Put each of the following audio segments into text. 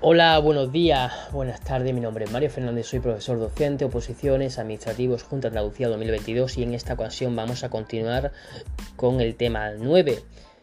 Hola, buenos días, buenas tardes, mi nombre es Mario Fernández, soy profesor docente, oposiciones, administrativos, Junta de Andalucía 2022 y en esta ocasión vamos a continuar con el tema 9,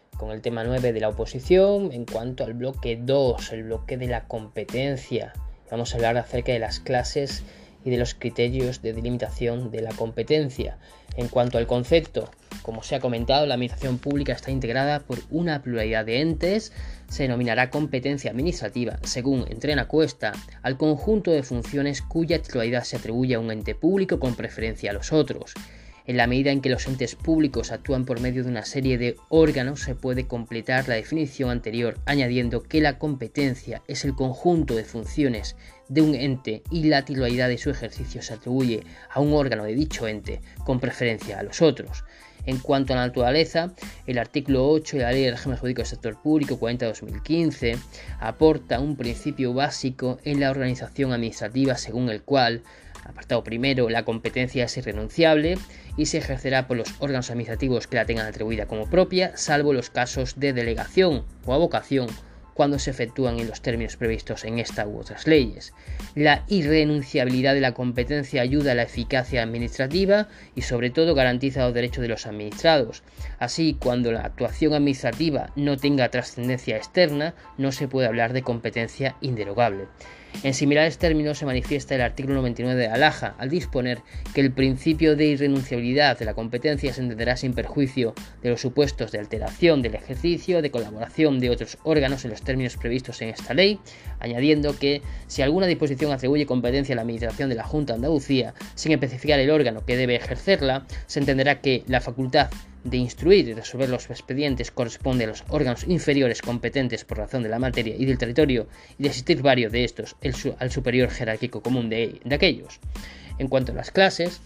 de la oposición en cuanto al bloque 2, el bloque de la competencia. Vamos a hablar acerca de las clases y de los criterios de delimitación de la competencia. En cuanto al concepto, como se ha comentado, la administración pública está integrada por una pluralidad de entes. Se denominará competencia administrativa, según entrena Cuesta, al conjunto de funciones cuya titularidad se atribuye a un ente público con preferencia a los otros. En la medida en que los entes públicos actúan por medio de una serie de órganos, se puede completar la definición anterior añadiendo que la competencia es el conjunto de funciones de un ente y la titularidad de su ejercicio se atribuye a un órgano de dicho ente con preferencia a los otros. En cuanto a la naturaleza, el artículo 8 de la Ley de Régimen Jurídico del Sector Público 40/2015 aporta un principio básico en la organización administrativa según el cual, apartado primero, la competencia es irrenunciable y se ejercerá por los órganos administrativos que la tengan atribuida como propia, salvo los casos de delegación o avocación cuando se efectúan en los términos previstos en esta u otras leyes. La irrenunciabilidad de la competencia ayuda a la eficacia administrativa y sobre todo garantiza los derechos de los administrados. Así, cuando la actuación administrativa no tenga trascendencia externa, no se puede hablar de competencia inderogable. En similares términos se manifiesta el artículo 99 de la LAJA, al disponer que el principio de irrenunciabilidad de la competencia se entenderá sin perjuicio de los supuestos de alteración del ejercicio de colaboración de otros órganos en los términos previstos en esta ley, añadiendo que si alguna disposición atribuye competencia a la administración de la Junta de Andalucía, sin especificar el órgano que debe ejercerla, se entenderá que la facultad de instruir y resolver los expedientes corresponde a los órganos inferiores competentes por razón de la materia y del territorio y de existir varios de estos al superior jerárquico común de aquellos. En cuanto a las clases,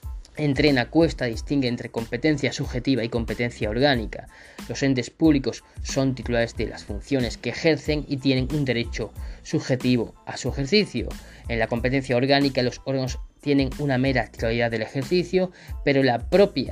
entrena Cuesta distingue entre competencia subjetiva y competencia orgánica. Los entes públicos son titulares de las funciones que ejercen y tienen un derecho subjetivo a su ejercicio. En la competencia orgánica los órganos tienen una mera titularidad del ejercicio, pero la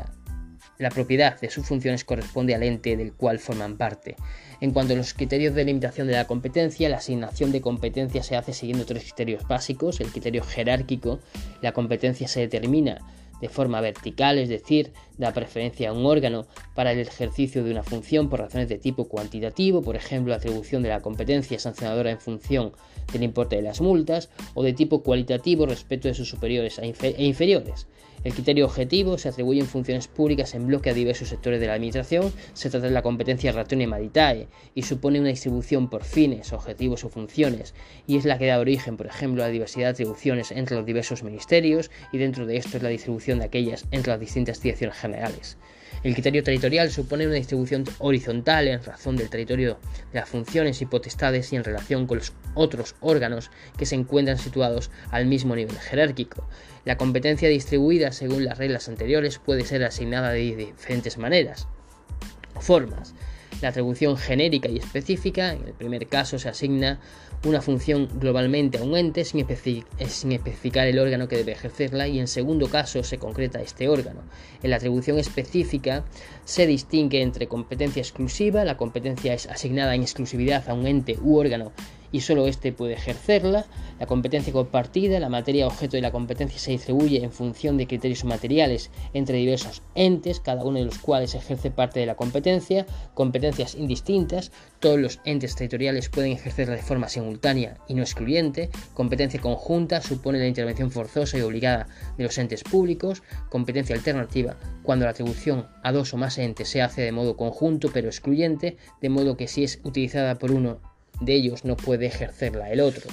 propiedad de sus funciones corresponde al ente del cual forman parte. En cuanto a los criterios de limitación de la competencia, la asignación de competencia se hace siguiendo tres criterios básicos. El criterio jerárquico: la competencia se determina de forma vertical, es decir, da preferencia a un órgano para el ejercicio de una función por razones de tipo cuantitativo, por ejemplo, la atribución de la competencia sancionadora en función del importe de las multas, o de tipo cualitativo respecto de sus superiores e inferiores. El criterio objetivo se atribuye en funciones públicas en bloque a diversos sectores de la administración. Se trata de la competencia ratione meritae y supone una distribución por fines, objetivos o funciones, y es la que da origen, por ejemplo, a la diversidad de atribuciones entre los diversos ministerios, y dentro de esto es la distribución de aquellas entre las distintas direcciones generales. El criterio territorial supone una distribución horizontal en razón del territorio de las funciones y potestades y en relación con los otros órganos que se encuentran situados al mismo nivel jerárquico. La competencia distribuida según las reglas anteriores puede ser asignada de diferentes maneras o formas. La atribución genérica y específica: en el primer caso se asigna una función globalmente a un ente sin especificar el órgano que debe ejercerla, y en segundo caso se concreta este órgano. En la atribución específica se distingue entre competencia exclusiva: la competencia es asignada en exclusividad a un ente u órgano y solo éste puede ejercerla. La competencia compartida: la materia objeto de la competencia se distribuye en función de criterios materiales entre diversos entes, cada uno de los cuales ejerce parte de la competencia. Competencias indistintas: todos los entes territoriales pueden ejercerla de forma simultánea y no excluyente. Competencia conjunta: supone la intervención forzosa y obligada de los entes públicos. Competencia alternativa: cuando la atribución a dos o más entes se hace de modo conjunto pero excluyente, de modo que si es utilizada por uno de ellos no puede ejercerla el otro.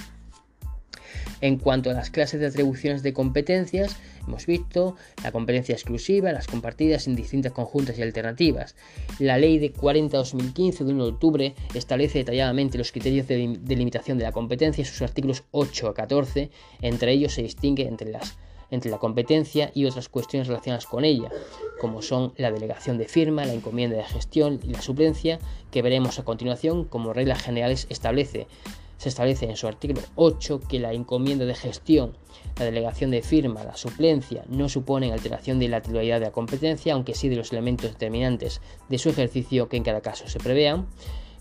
En cuanto a las clases de atribuciones de competencias, hemos visto la competencia exclusiva, las compartidas, indistintas, conjuntas y alternativas. La Ley de 40/2015 de 1 de octubre establece detalladamente los criterios de delimitación de la competencia y sus artículos 8 a 14. Entre ellos se distingue entre la competencia y otras cuestiones relacionadas con ella, como son la delegación de firma, la encomienda de gestión y la suplencia, que veremos a continuación. Como reglas generales se establece en su artículo 8 que la encomienda de gestión, la delegación de firma, la suplencia no suponen alteración de la titularidad de la competencia, aunque sí de los elementos determinantes de su ejercicio que en cada caso se prevean.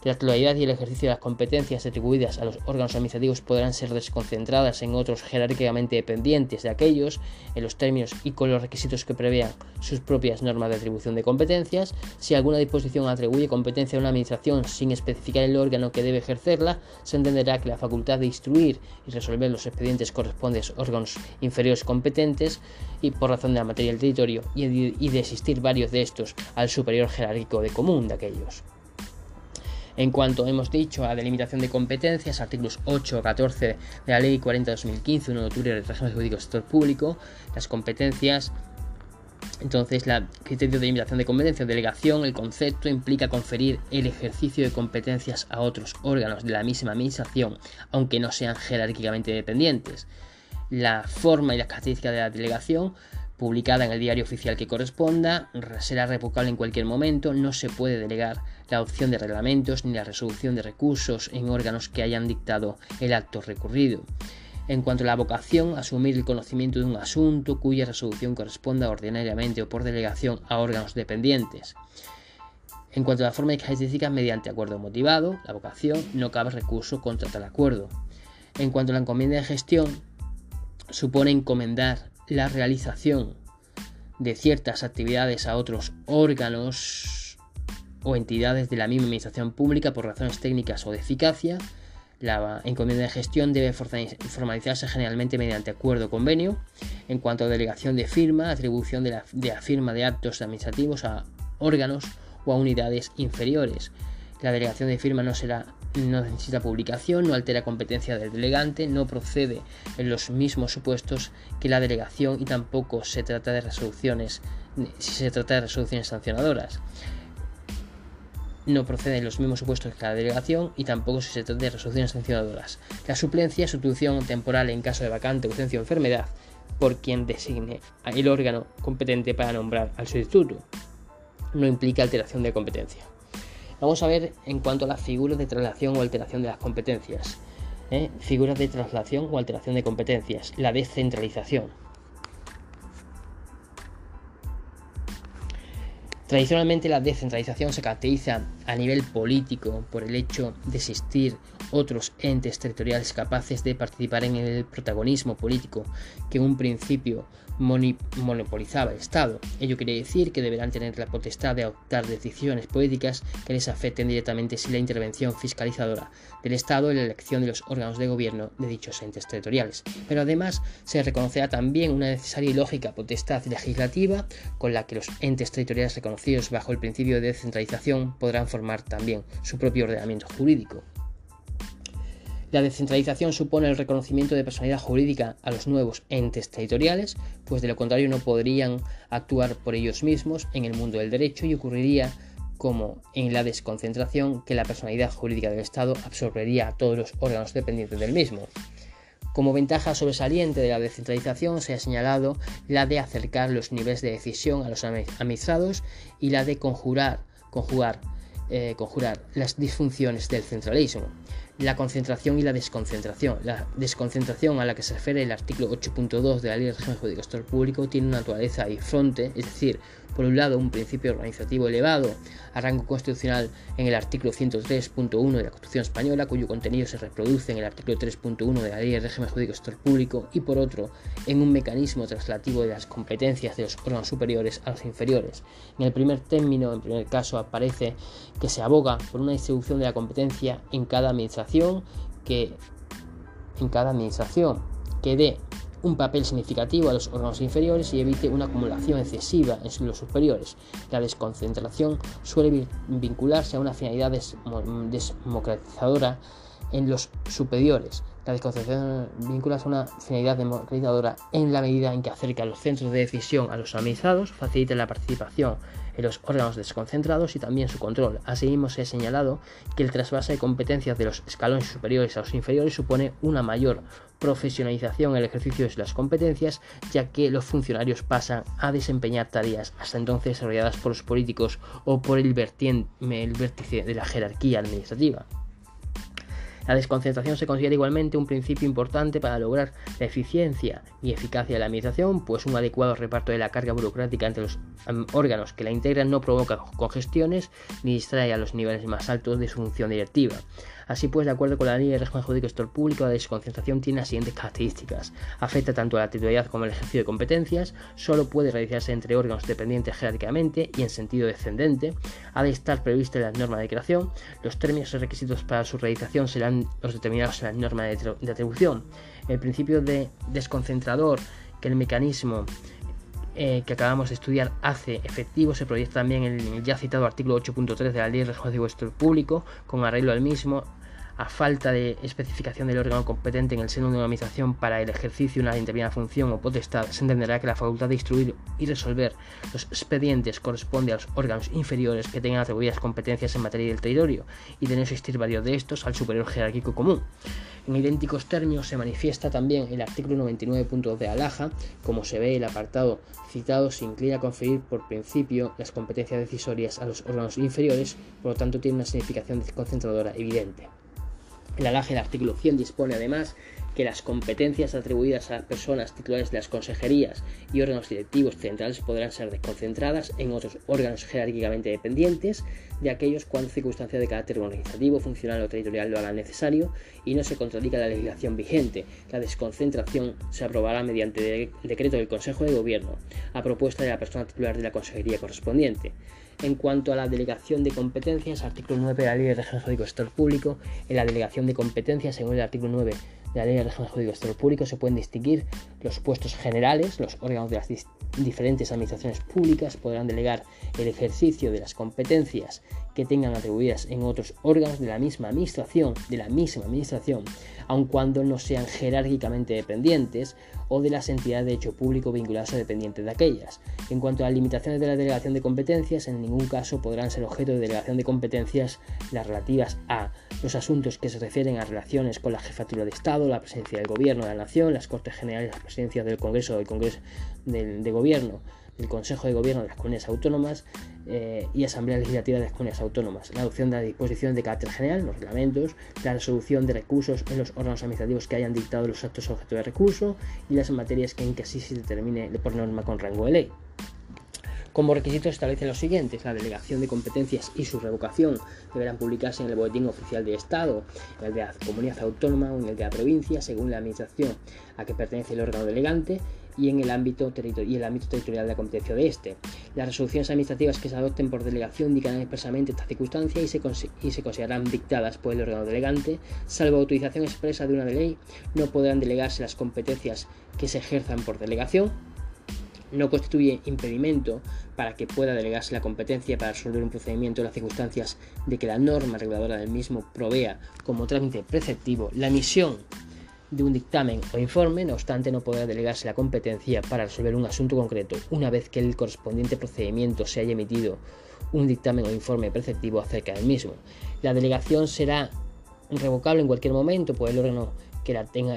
La titularidad y el ejercicio de las competencias atribuidas a los órganos administrativos podrán ser desconcentradas en otros jerárquicamente dependientes de aquellos, en los términos y con los requisitos que prevean sus propias normas de atribución de competencias. Si alguna disposición atribuye competencia a una administración sin especificar el órgano que debe ejercerla, se entenderá que la facultad de instruir y resolver los expedientes corresponde a órganos inferiores competentes y por razón de la materia del territorio y de existir varios de estos al superior jerárquico de común de aquellos. En cuanto hemos dicho a delimitación de competencias, artículos 8 o 14 de la Ley 40/2015, 1 de octubre del régimen jurídico del sector público, las competencias. Entonces, el criterio de delimitación de competencia o delegación, el concepto implica conferir el ejercicio de competencias a otros órganos de la misma administración, aunque no sean jerárquicamente dependientes. La forma y las características de la delegación, publicada en el diario oficial que corresponda, será revocable en cualquier momento. No se puede delegar la adopción de reglamentos ni la resolución de recursos en órganos que hayan dictado el acto recurrido. En cuanto a la vocación, asumir el conocimiento de un asunto cuya resolución corresponda ordinariamente o por delegación a órganos dependientes. En cuanto a la forma y características, mediante acuerdo motivado, la vocación, no cabe recurso contra tal acuerdo. En cuanto a la encomienda de gestión, supone encomendar la realización de ciertas actividades a otros órganos o entidades de la misma administración pública por razones técnicas o de eficacia. La encomienda de gestión debe formalizarse generalmente mediante acuerdo o convenio. En cuanto a delegación de firma, atribución de la firma de actos administrativos a órganos o a unidades inferiores. La delegación de firma no necesita publicación, no altera competencia del delegante, no procede en los mismos supuestos que la delegación y tampoco se trata de resoluciones, si se trata de resoluciones sancionadoras. No procede en los mismos supuestos que la delegación y tampoco si se trata de resoluciones sancionadoras. La suplencia, sustitución temporal en caso de vacante, ausencia o enfermedad por quien designe el órgano competente para nombrar al sustituto. No implica alteración de competencia. Vamos a ver en cuanto a las figuras de traslación o alteración de las competencias. Figuras de traslación o alteración de competencias. La descentralización. Tradicionalmente la descentralización se caracteriza a nivel político por el hecho de existir otros entes territoriales capaces de participar en el protagonismo político que en un principio monopolizaba el Estado. Ello quiere decir que deberán tener la potestad de adoptar decisiones políticas que les afecten directamente sin la intervención fiscalizadora del Estado en la elección de los órganos de gobierno de dichos entes territoriales. Pero además se reconocerá también una necesaria y lógica potestad legislativa con la que los entes territoriales reconocidos bajo el principio de descentralización podrán formar también su propio ordenamiento jurídico. La descentralización supone el reconocimiento de personalidad jurídica a los nuevos entes territoriales, pues de lo contrario no podrían actuar por ellos mismos en el mundo del derecho y ocurriría como en la desconcentración, que la personalidad jurídica del Estado absorbería a todos los órganos dependientes del mismo. Como ventaja sobresaliente de la descentralización se ha señalado la de acercar los niveles de decisión a los administrados y la de conjurar las disfunciones del centralismo. La concentración y la desconcentración. La desconcentración, a la que se refiere el artículo 8.2 de la Ley del Régimen Jurídico del Sector Público, tiene una naturaleza bifronte, es decir, por un lado un principio organizativo elevado a rango constitucional en el artículo 103.1 de la Constitución Española, cuyo contenido se reproduce en el artículo 3.1 de la Ley del Régimen Jurídico del Sector Público, y por otro, en un mecanismo traslativo de las competencias de los órganos superiores a los inferiores. En el primer caso, aparece que se aboga por una distribución de la competencia en cada administración que dé un papel significativo a los órganos inferiores y evite una acumulación excesiva en los superiores. La desconcentración suele vincularse a una finalidad democratizadora en los superiores. La desconcentración vincula a una finalidad democratizadora en la medida en que acerca los centros de decisión a los administrados, facilita la participación en los órganos desconcentrados y también su control. Asimismo, se ha señalado que el trasvase de competencias de los escalones superiores a los inferiores supone una mayor profesionalización en el ejercicio de las competencias, ya que los funcionarios pasan a desempeñar tareas hasta entonces desarrolladas por los políticos o por el vértice de la jerarquía administrativa. La desconcentración se considera igualmente un principio importante para lograr la eficiencia y eficacia de la administración, pues un adecuado reparto de la carga burocrática entre los órganos que la integran no provoca congestiones ni distrae a los niveles más altos de su función directiva. Así pues, de acuerdo con la Ley de Régimen Jurídico del Sector Público, la desconcentración tiene las siguientes características. Afecta tanto a la titularidad como al ejercicio de competencias, solo puede realizarse entre órganos dependientes jerárquicamente y en sentido descendente, ha de estar prevista en las normas de creación, los términos y requisitos para su realización serán los determinados en las normas de atribución. El principio de desconcentrador que el mecanismo que acabamos de estudiar hace efectivo se proyecta también en el ya citado artículo 8.3 de la Ley de Régimen Jurídico del Sector Público, con arreglo al mismo. A falta de especificación del órgano competente en el seno de una administración para el ejercicio de una determinada función o potestad, se entenderá que la facultad de instruir y resolver los expedientes corresponde a los órganos inferiores que tengan atribuidas competencias en materia del territorio y de no existir varios de estos al superior jerárquico común. En idénticos términos se manifiesta también el artículo 99.2 de ALAJA. Como se ve, el apartado citado se inclina a conferir por principio las competencias decisorias a los órganos inferiores, por lo tanto tiene una significación desconcentradora evidente. El ALAJA, el artículo 100, dispone además que las competencias atribuidas a las personas titulares de las consejerías y órganos directivos centrales podrán ser desconcentradas en otros órganos jerárquicamente dependientes de aquellos cuando circunstancias de carácter organizativo, funcional o territorial lo hagan necesario y no se contradiga la legislación vigente. La desconcentración se aprobará mediante decreto del Consejo de Gobierno, a propuesta de la persona titular de la consejería correspondiente. En cuanto a la delegación de competencias, artículo 9 de la Ley de Régimen Jurídico del Sector Público, en la delegación de competencias, según el artículo 9 de la Ley de Régimen Jurídico del Sector Público, se pueden distinguir los puestos generales. Los órganos de las diferentes administraciones públicas podrán delegar el ejercicio de las competencias que tengan atribuidas en otros órganos de la misma administración, aun cuando no sean jerárquicamente dependientes o de las entidades de hecho público vinculadas o dependientes de aquellas. En cuanto a las limitaciones de la delegación de competencias, en ningún caso podrán ser objeto de delegación de competencias las relativas a los asuntos que se refieren a relaciones con la jefatura de Estado, la presidencia del Gobierno de la Nación, las Cortes Generales, las presidencias del Congreso de Gobierno, del Consejo de Gobierno de las Comunidades Autónomas y Asamblea Legislativa de las Comunidades Autónomas, la adopción de las disposiciones de carácter general, los reglamentos, la resolución de recursos en los órganos administrativos que hayan dictado los actos objeto de recurso y las materias que en que así se determine por norma con rango de ley. Como requisitos establecen los siguientes: la delegación de competencias y su revocación deberán publicarse en el Boletín Oficial del Estado, en el de la comunidad autónoma o en el de la provincia, según la administración a que pertenece el órgano delegante y en el ámbito territorial de la competencia de este. Las resoluciones administrativas que se adopten por delegación indicarán expresamente esta circunstancia y se considerarán dictadas por el órgano delegante. Salvo autorización expresa de una ley, no podrán delegarse las competencias que se ejerzan por delegación. No constituye impedimento para que pueda delegarse la competencia para resolver un procedimiento en las circunstancias de que la norma reguladora del mismo provea como trámite preceptivo la emisión de un dictamen o informe. No obstante, no podrá delegarse la competencia para resolver un asunto concreto una vez que el correspondiente procedimiento se haya emitido un dictamen o informe preceptivo acerca del mismo. La delegación será revocable en cualquier momento por el órgano que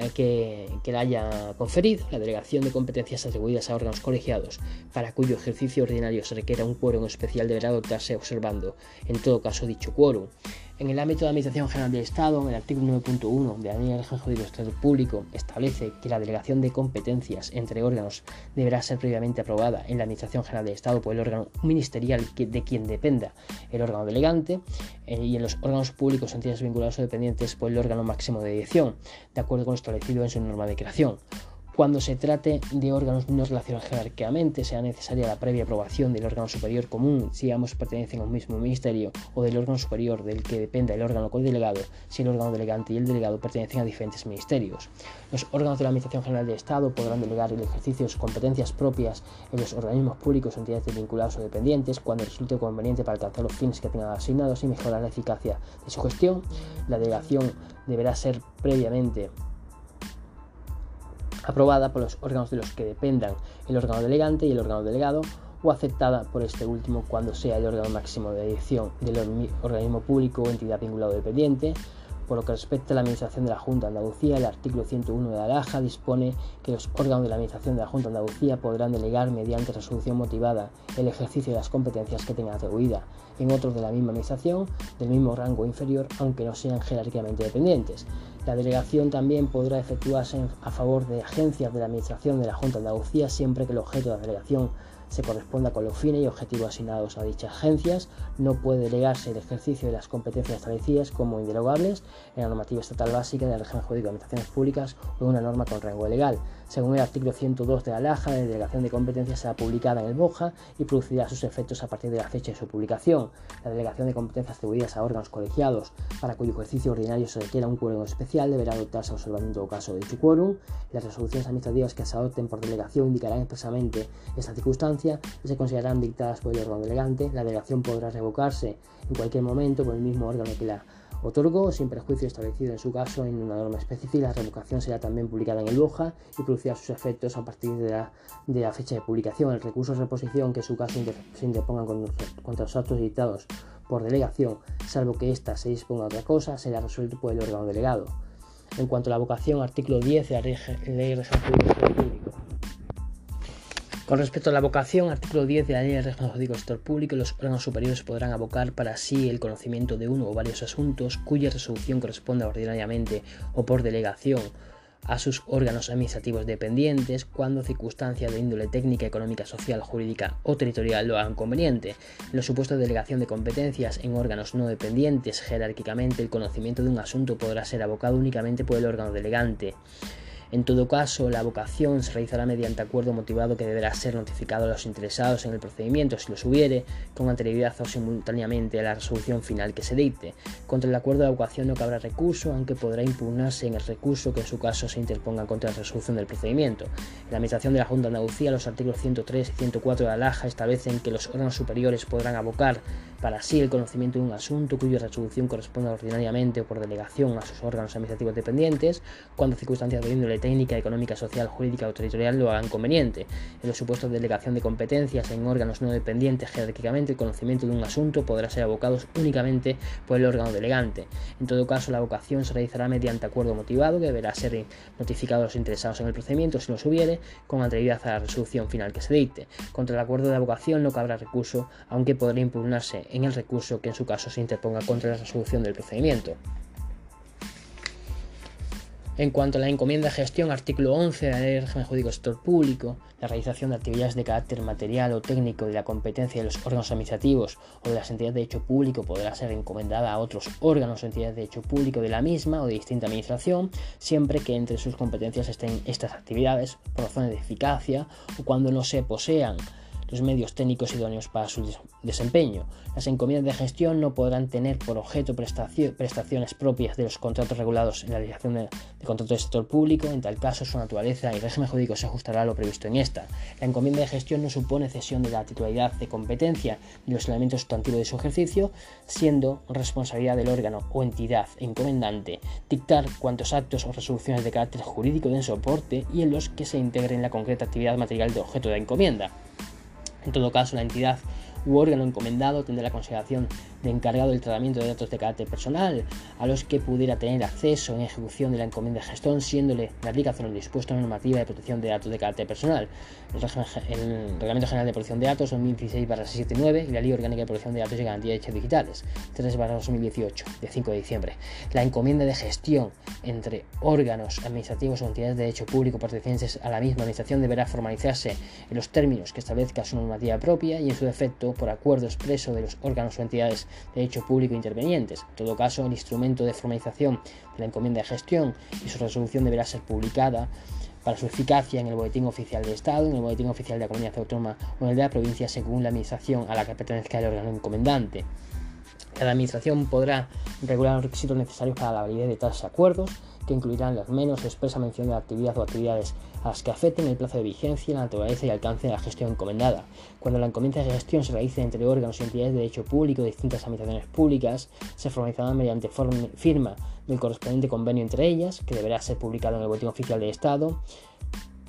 la haya conferido. La delegación de competencias atribuidas a órganos colegiados para cuyo ejercicio ordinario se requiera un quórum especial deberá adoptarse observando en todo caso dicho quórum. En el ámbito de la Administración General del Estado, el artículo 9.1 de la Ley de Régimen Jurídico del Sector Público establece que la delegación de competencias entre órganos deberá ser previamente aprobada en la Administración General del Estado por el órgano ministerial de quien dependa el órgano delegante y en los órganos públicos o entidades vinculadas o dependientes por el órgano máximo de dirección, de acuerdo con lo establecido en su norma de creación. Cuando se trate de órganos no relacionados jerárquicamente, sea necesaria la previa aprobación del órgano superior común si ambos pertenecen a un mismo ministerio, o del órgano superior del que dependa el órgano codelegado si el órgano delegante y el delegado pertenecen a diferentes ministerios. Los órganos de la Administración General del Estado podrán delegar el ejercicio de sus competencias propias en los organismos públicos o entidades vinculados o dependientes cuando resulte conveniente para alcanzar los fines que tengan asignados y mejorar la eficacia de su gestión. La delegación deberá ser previamente aprobada por los órganos de los que dependan el órgano delegante y el órgano delegado, o aceptada por este último cuando sea el órgano máximo de dirección del organismo público o entidad vinculado o dependiente. Por lo que respecta a la Administración de la Junta de Andalucía, el artículo 101 de la AJA dispone que los órganos de la Administración de la Junta de Andalucía podrán delegar mediante resolución motivada el ejercicio de las competencias que tengan atribuida en otros de la misma Administración, del mismo rango inferior, aunque no sean jerárquicamente dependientes. La delegación también podrá efectuarse a favor de agencias de la Administración de la Junta de Andalucía siempre que el objeto de la delegación se corresponda con los fines y objetivos asignados a dichas agencias. No puede delegarse el ejercicio de las competencias establecidas como inderogables en la normativa estatal básica del régimen jurídico de administraciones públicas o en una norma con rango legal. Según el artículo 102 de la AJA, la delegación de competencias será publicada en el BOJA y producirá sus efectos a partir de la fecha de su publicación. La delegación de competencias atribuidas a órganos colegiados para cuyo ejercicio ordinario se requiera un quórum especial deberá adoptarse observando en todo caso dicho quórum. Las resoluciones administrativas que se adopten por delegación indicarán expresamente esta circunstancia y se considerarán dictadas por el órgano delegante. La delegación podrá revocarse en cualquier momento por el mismo órgano que la otorgó, sin perjuicio establecido en su caso en una norma específica. La revocación será también publicada en el BOJA y producirá sus efectos a partir de la fecha de publicación. El recurso de reposición que en su caso se interponga contra los actos dictados por delegación, salvo que ésta se disponga a otra cosa, será resuelto por el órgano delegado. En cuanto a la vocación, artículo 10 de la Ley de Régimen Jurídico Público. Con respecto a la vocación, artículo 10 de la Ley de Régimen Jurídico del Sector Público, los órganos superiores podrán abocar para sí el conocimiento de uno o varios asuntos cuya resolución corresponda ordinariamente o por delegación a sus órganos administrativos dependientes cuando circunstancias de índole técnica, económica, social, jurídica o territorial lo hagan conveniente. En los supuestos de delegación de competencias en órganos no dependientes, jerárquicamente el conocimiento de un asunto podrá ser abocado únicamente por el órgano delegante. En todo caso, la avocación se realizará mediante acuerdo motivado que deberá ser notificado a los interesados en el procedimiento, si los hubiere, con anterioridad o simultáneamente a la resolución final que se dicte. Contra el acuerdo de avocación no cabrá recurso, aunque podrá impugnarse en el recurso que en su caso se interponga contra la resolución del procedimiento. En la Administración de la Junta de Andalucía, los artículos 103 y 104 de la AJA establecen que los órganos superiores podrán abocar para sí el conocimiento de un asunto cuya resolución corresponda ordinariamente o por delegación a sus órganos administrativos dependientes, cuando circunstancias de índole técnica, económica, social, jurídica o territorial lo hagan conveniente. En los supuestos de delegación de competencias en órganos no dependientes, jerárquicamente el conocimiento de un asunto podrá ser abocado únicamente por el órgano delegante. En todo caso, la avocación se realizará mediante acuerdo motivado que deberá ser notificado a los interesados en el procedimiento, si los hubiere, con anterioridad a la resolución final que se dicte. Contra el acuerdo de avocación no cabrá recurso, aunque podrá impugnarse en el recurso que en su caso se interponga contra la resolución del procedimiento. En cuanto a la encomienda de gestión, artículo 11 de la Ley de Régimen Jurídico del Sector Público, la realización de actividades de carácter material o técnico de la competencia de los órganos administrativos o de las entidades de derecho público podrá ser encomendada a otros órganos o entidades de derecho público de la misma o de distinta administración, siempre que entre sus competencias estén estas actividades por razones de eficacia o cuando no se posean los medios técnicos idóneos para su desempeño. Las encomiendas de gestión no podrán tener por objeto prestaciones propias de los contratos regulados en la legislación de contratos del sector público. En tal caso, su naturaleza y régimen jurídico se ajustará a lo previsto en esta. La encomienda de gestión no supone cesión de la titularidad de competencia ni los elementos sustantivos de su ejercicio, siendo responsabilidad del órgano o entidad encomendante dictar cuantos actos o resoluciones de carácter jurídico den soporte y en los que se integre en la concreta actividad material de objeto de la encomienda. En todo caso, la entidad u órgano encomendado tendrá la consideración de encargado del tratamiento de datos de carácter personal a los que pudiera tener acceso en ejecución de la encomienda de gestión, siéndole de aplicación el dispuesto normativa de protección de datos de carácter personal, el Reglamento General de Protección de Datos 2016/679 y la Ley Orgánica de Protección de Datos y Garantía de Hechos Digitales 3/2018 de 5 de diciembre. La encomienda de gestión entre órganos administrativos o entidades de derecho público pertenecientes a la misma administración deberá formalizarse en los términos que establezca su normativa propia y en su defecto por acuerdo expreso de los órganos o entidades de derecho público intervenientes. En todo caso, el instrumento de formalización de la encomienda de gestión y su resolución deberá ser publicada para su eficacia en el Boletín Oficial del Estado, en el Boletín Oficial de la Comunidad Autónoma o en el de la provincia según la administración a la que pertenezca el órgano encomendante. Cada administración podrá regular los requisitos necesarios para la validez de tales acuerdos, que incluirán las menos expresa mención de la actividad o actividades a las que afecten el plazo de vigencia, la naturaleza y alcance de la gestión encomendada. Cuando la encomienda de gestión se realice entre órganos y entidades de derecho público de distintas administraciones públicas, se formalizará mediante firma del correspondiente convenio entre ellas, que deberá ser publicado en el Boletín Oficial del Estado,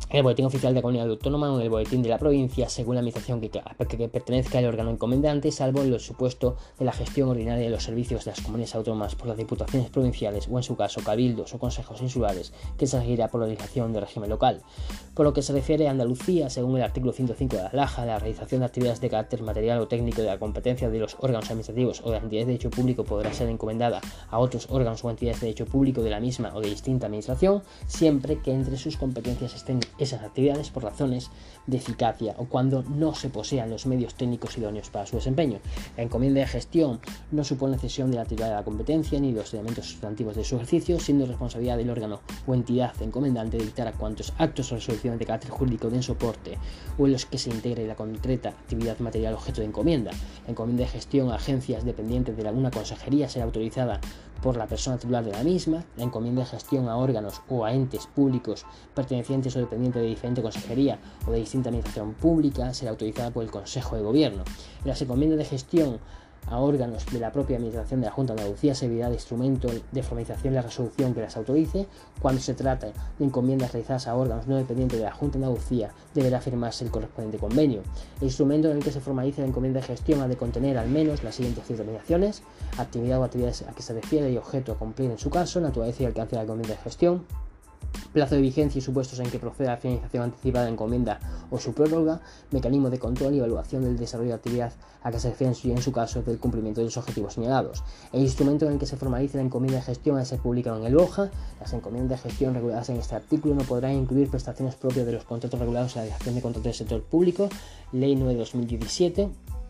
en el boletín oficial de la comunidad autónoma o en el boletín de la provincia, según la administración que pertenezca al órgano encomendante, salvo en lo supuesto de la gestión ordinaria de los servicios de las comunidades autónomas por las diputaciones provinciales o, en su caso, cabildos o consejos insulares, que se regirá por la legislación de régimen local. Por lo que se refiere a Andalucía, según el artículo 105 de la LAJA, la realización de actividades de carácter material o técnico de la competencia de los órganos administrativos o de las entidades de derecho público podrá ser encomendada a otros órganos o entidades de derecho público de la misma o de distinta administración, siempre que entre sus competencias estén esas actividades por razones de eficacia o cuando no se posean los medios técnicos idóneos para su desempeño. La encomienda de gestión no supone cesión de la titular de la competencia ni de los elementos sustantivos de su ejercicio, siendo responsabilidad del órgano o entidad encomendante dictar a cuantos actos o resoluciones de carácter jurídico den soporte o en los que se integre la concreta actividad material objeto de encomienda. La encomienda de gestión a agencias dependientes de alguna consejería será autorizada por la persona titular de la misma. La encomienda de gestión a órganos o a entes públicos pertenecientes o dependientes de diferente consejería o de distinta administración pública será autorizada por el Consejo de Gobierno. Las encomiendas de gestión a órganos de la propia administración de la Junta de Andalucía servirá de instrumento de formalización la resolución que las autorice. Cuando se trate de encomiendas realizadas a órganos no dependientes de la Junta de Andalucía, deberá firmarse el correspondiente convenio. El instrumento en el que se formalice la encomienda de gestión ha de contener al menos las siguientes determinaciones: actividad o actividades a que se refiere y objeto a cumplir en su caso, naturaleza y alcance de la encomienda de gestión, plazo de vigencia y supuestos en que proceda la finalización anticipada de la encomienda o su prórroga, mecanismo de control y evaluación del desarrollo de actividad a que se refiere y, en su caso, del cumplimiento de los objetivos señalados. El instrumento en el que se formalice la encomienda de gestión ha de ser publicado en el BOJA. Las encomiendas de gestión reguladas en este artículo no podrán incluir prestaciones propias de los contratos regulados en la Dirección de Contratos del Sector Público, Ley 9/2017.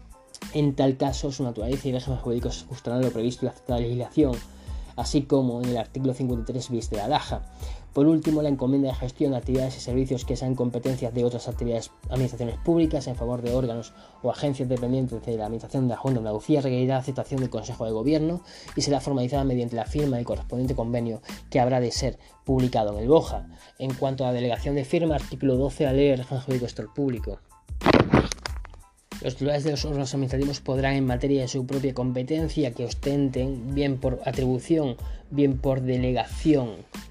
En tal caso, su naturaleza y régimen jurídico se ajustarán a lo previsto en la citada legislación, así como en el artículo 53 bis de la LAJA. Por último, la encomienda de gestión de actividades y servicios que sean competencias de otras administraciones públicas en favor de órganos o agencias dependientes de la Administración de la Junta de Andalucía requerirá aceptación del Consejo de Gobierno y será formalizada mediante la firma del correspondiente convenio, que habrá de ser publicado en el BOJA. En cuanto a la delegación de firma, artículo 12 de la Ley de Régimen Jurídico del Sector Público. Los titulares de los órganos administrativos podrán, en materia de su propia competencia que ostenten, bien por atribución, bien por delegación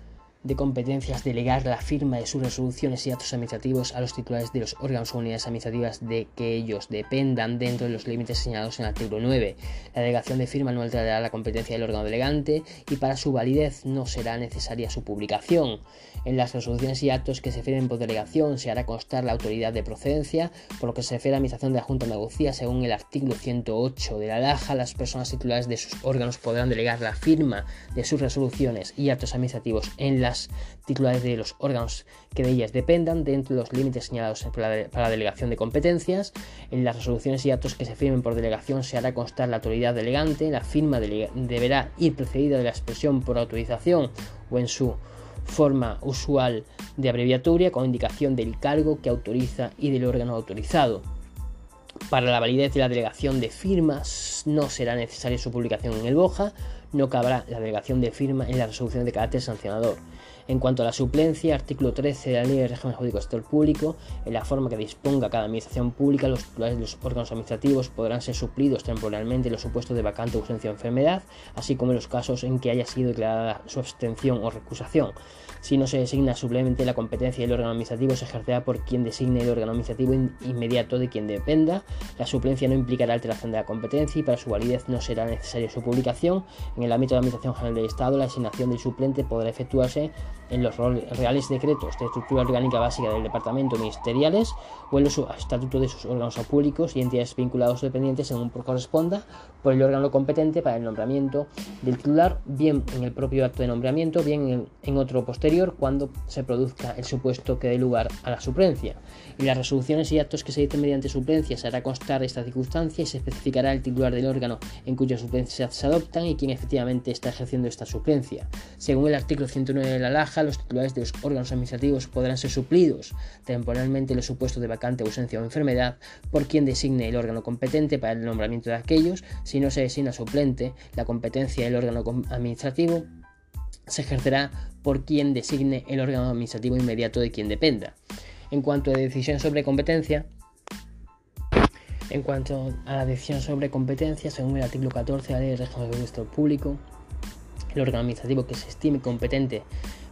de competencias, delegar la firma de sus resoluciones y actos administrativos a los titulares de los órganos o unidades administrativas de que ellos dependan dentro de los límites señalados en el artículo 9. La delegación de firma no alterará la competencia del órgano delegante y para su validez no será necesaria su publicación. En las resoluciones y actos que se firmen por delegación se hará constar la autoridad de procedencia. Por lo que se refiere a la administración de la Junta de Andalucía, según el artículo 108 de la LAJA, las personas titulares de sus órganos podrán delegar la firma de sus resoluciones y actos administrativos en las titulares de los órganos que de ellas dependan dentro de los límites señalados para la delegación de competencias. En las resoluciones y actos que se firmen por delegación se hará constar la autoridad delegante. La firma deberá ir precedida de la expresión por autorización o en su forma usual de abreviatura con indicación del cargo que autoriza y del órgano autorizado. Para la validez de la delegación de firmas no será necesaria su publicación en el BOJA. No cabrá la delegación de firma en la resolución de carácter sancionador. En cuanto a la suplencia, artículo 13 de la Ley de Régimen Jurídico del Sector Público, en la forma que disponga cada administración pública, los titulares de los órganos administrativos podrán ser suplidos temporalmente en los supuestos de vacante, ausencia o enfermedad, así como en los casos en que haya sido declarada su abstención o recusación. Si no se designa suplemente, la competencia del órgano administrativo se ejercerá por quien designe el órgano administrativo inmediato de quien dependa. La suplencia no implicará alteración de la competencia y para su validez no será necesaria su publicación. En el ámbito de la Administración General del Estado, la designación del suplente podrá efectuarse en los reales decretos de estructura orgánica básica del departamento ministeriales o en los estatutos de sus órganos públicos y entidades vinculados o dependientes según corresponda por el órgano competente para el nombramiento del titular, bien en el propio acto de nombramiento, bien en otro posterior cuando se produzca el supuesto que dé lugar a la suplencia. En las resoluciones y actos que se dicten mediante suplencia se hará constar esta circunstancia y se especificará el titular del órgano en cuya suplencia se adoptan y quién efectivamente está ejerciendo esta suplencia. Según el artículo 109 de la LAJA, los titulares de los órganos administrativos podrán ser suplidos temporalmente en los supuestos de vacante, ausencia o enfermedad por quien designe el órgano competente para el nombramiento de aquellos. Si no se designa suplente, la competencia del órgano administrativo se ejercerá por quien designe el órgano administrativo inmediato de quien dependa. En cuanto a la decisión sobre competencia, según el artículo 14 de la Ley de Régimen Jurídico del Sector Público, el órgano administrativo que se estime competente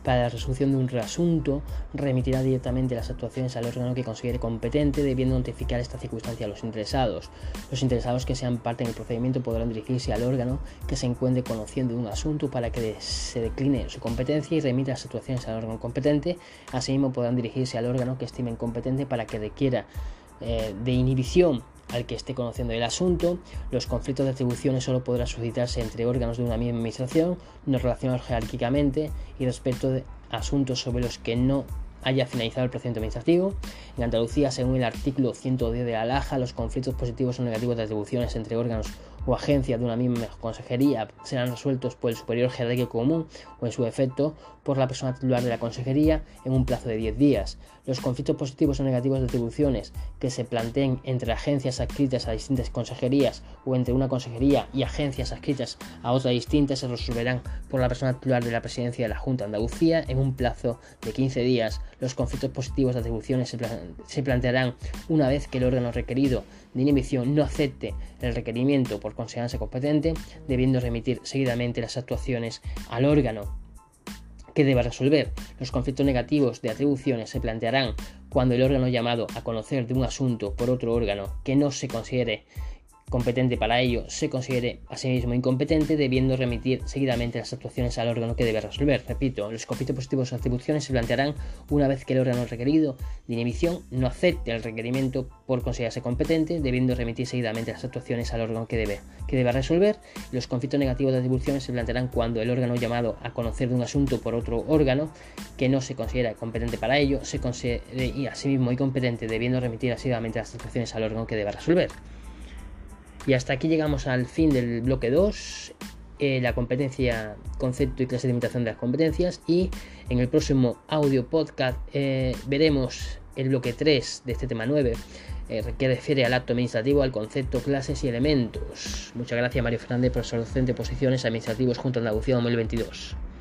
Para la resolución de un reasunto, remitirá directamente las actuaciones al órgano que considere competente, debiendo notificar esta circunstancia a los interesados. Los interesados que sean parte en el procedimiento podrán dirigirse al órgano que se encuentre conociendo un asunto para que se decline su competencia y remita las actuaciones al órgano competente. Asimismo, podrán dirigirse al órgano que estimen competente para que requiera de inhibición al que esté conociendo el asunto. Los conflictos de atribuciones solo podrán suscitarse entre órganos de una misma administración, no relacionados jerárquicamente y respecto de asuntos sobre los que no haya finalizado el procedimiento administrativo. En Andalucía, según el artículo 110 de la LAJA, los conflictos positivos o negativos de atribuciones entre órganos o agencias de una misma consejería serán resueltos por el superior jerárquico común o, en su defecto, por la persona titular de la consejería en un plazo de 10 días. Los conflictos positivos o negativos de atribuciones que se planteen entre agencias adscritas a distintas consejerías o entre una consejería y agencias adscritas a otra distinta se resolverán por la persona titular de la presidencia de la Junta de Andalucía en un plazo de 15 días. Los conflictos positivos de atribuciones se plantearán una vez que el órgano requerido de inhibición no acepte el requerimiento por considerarse competente, debiendo remitir seguidamente las actuaciones al órgano que deba resolver. Los conflictos negativos de atribuciones se plantearán cuando el órgano llamado a conocer de un asunto por otro órgano que no se considere competente para ello se considere a sí mismo incompetente, debiendo remitir seguidamente las actuaciones al órgano que debe resolver. Repito, los conflictos positivos de atribuciones se plantearán una vez que el órgano requerido de inhibición no acepte el requerimiento por considerarse competente, debiendo remitir seguidamente las actuaciones al órgano que deba resolver. Los conflictos negativos de atribuciones se plantearán cuando el órgano llamado a conocer de un asunto por otro órgano que no se considera competente para ello se considere a sí mismo incompetente, debiendo remitir seguidamente las actuaciones al órgano que deba resolver. Y hasta aquí llegamos al fin del bloque 2, la competencia, concepto y clase de limitación de las competencias, y en el próximo audio podcast veremos el bloque 3 de este tema 9, que refiere al acto administrativo, al concepto, clases y elementos. Muchas gracias, Mario Fernández, profesor docente de Oposiciones Administrativos Junta de Andalucía 2022.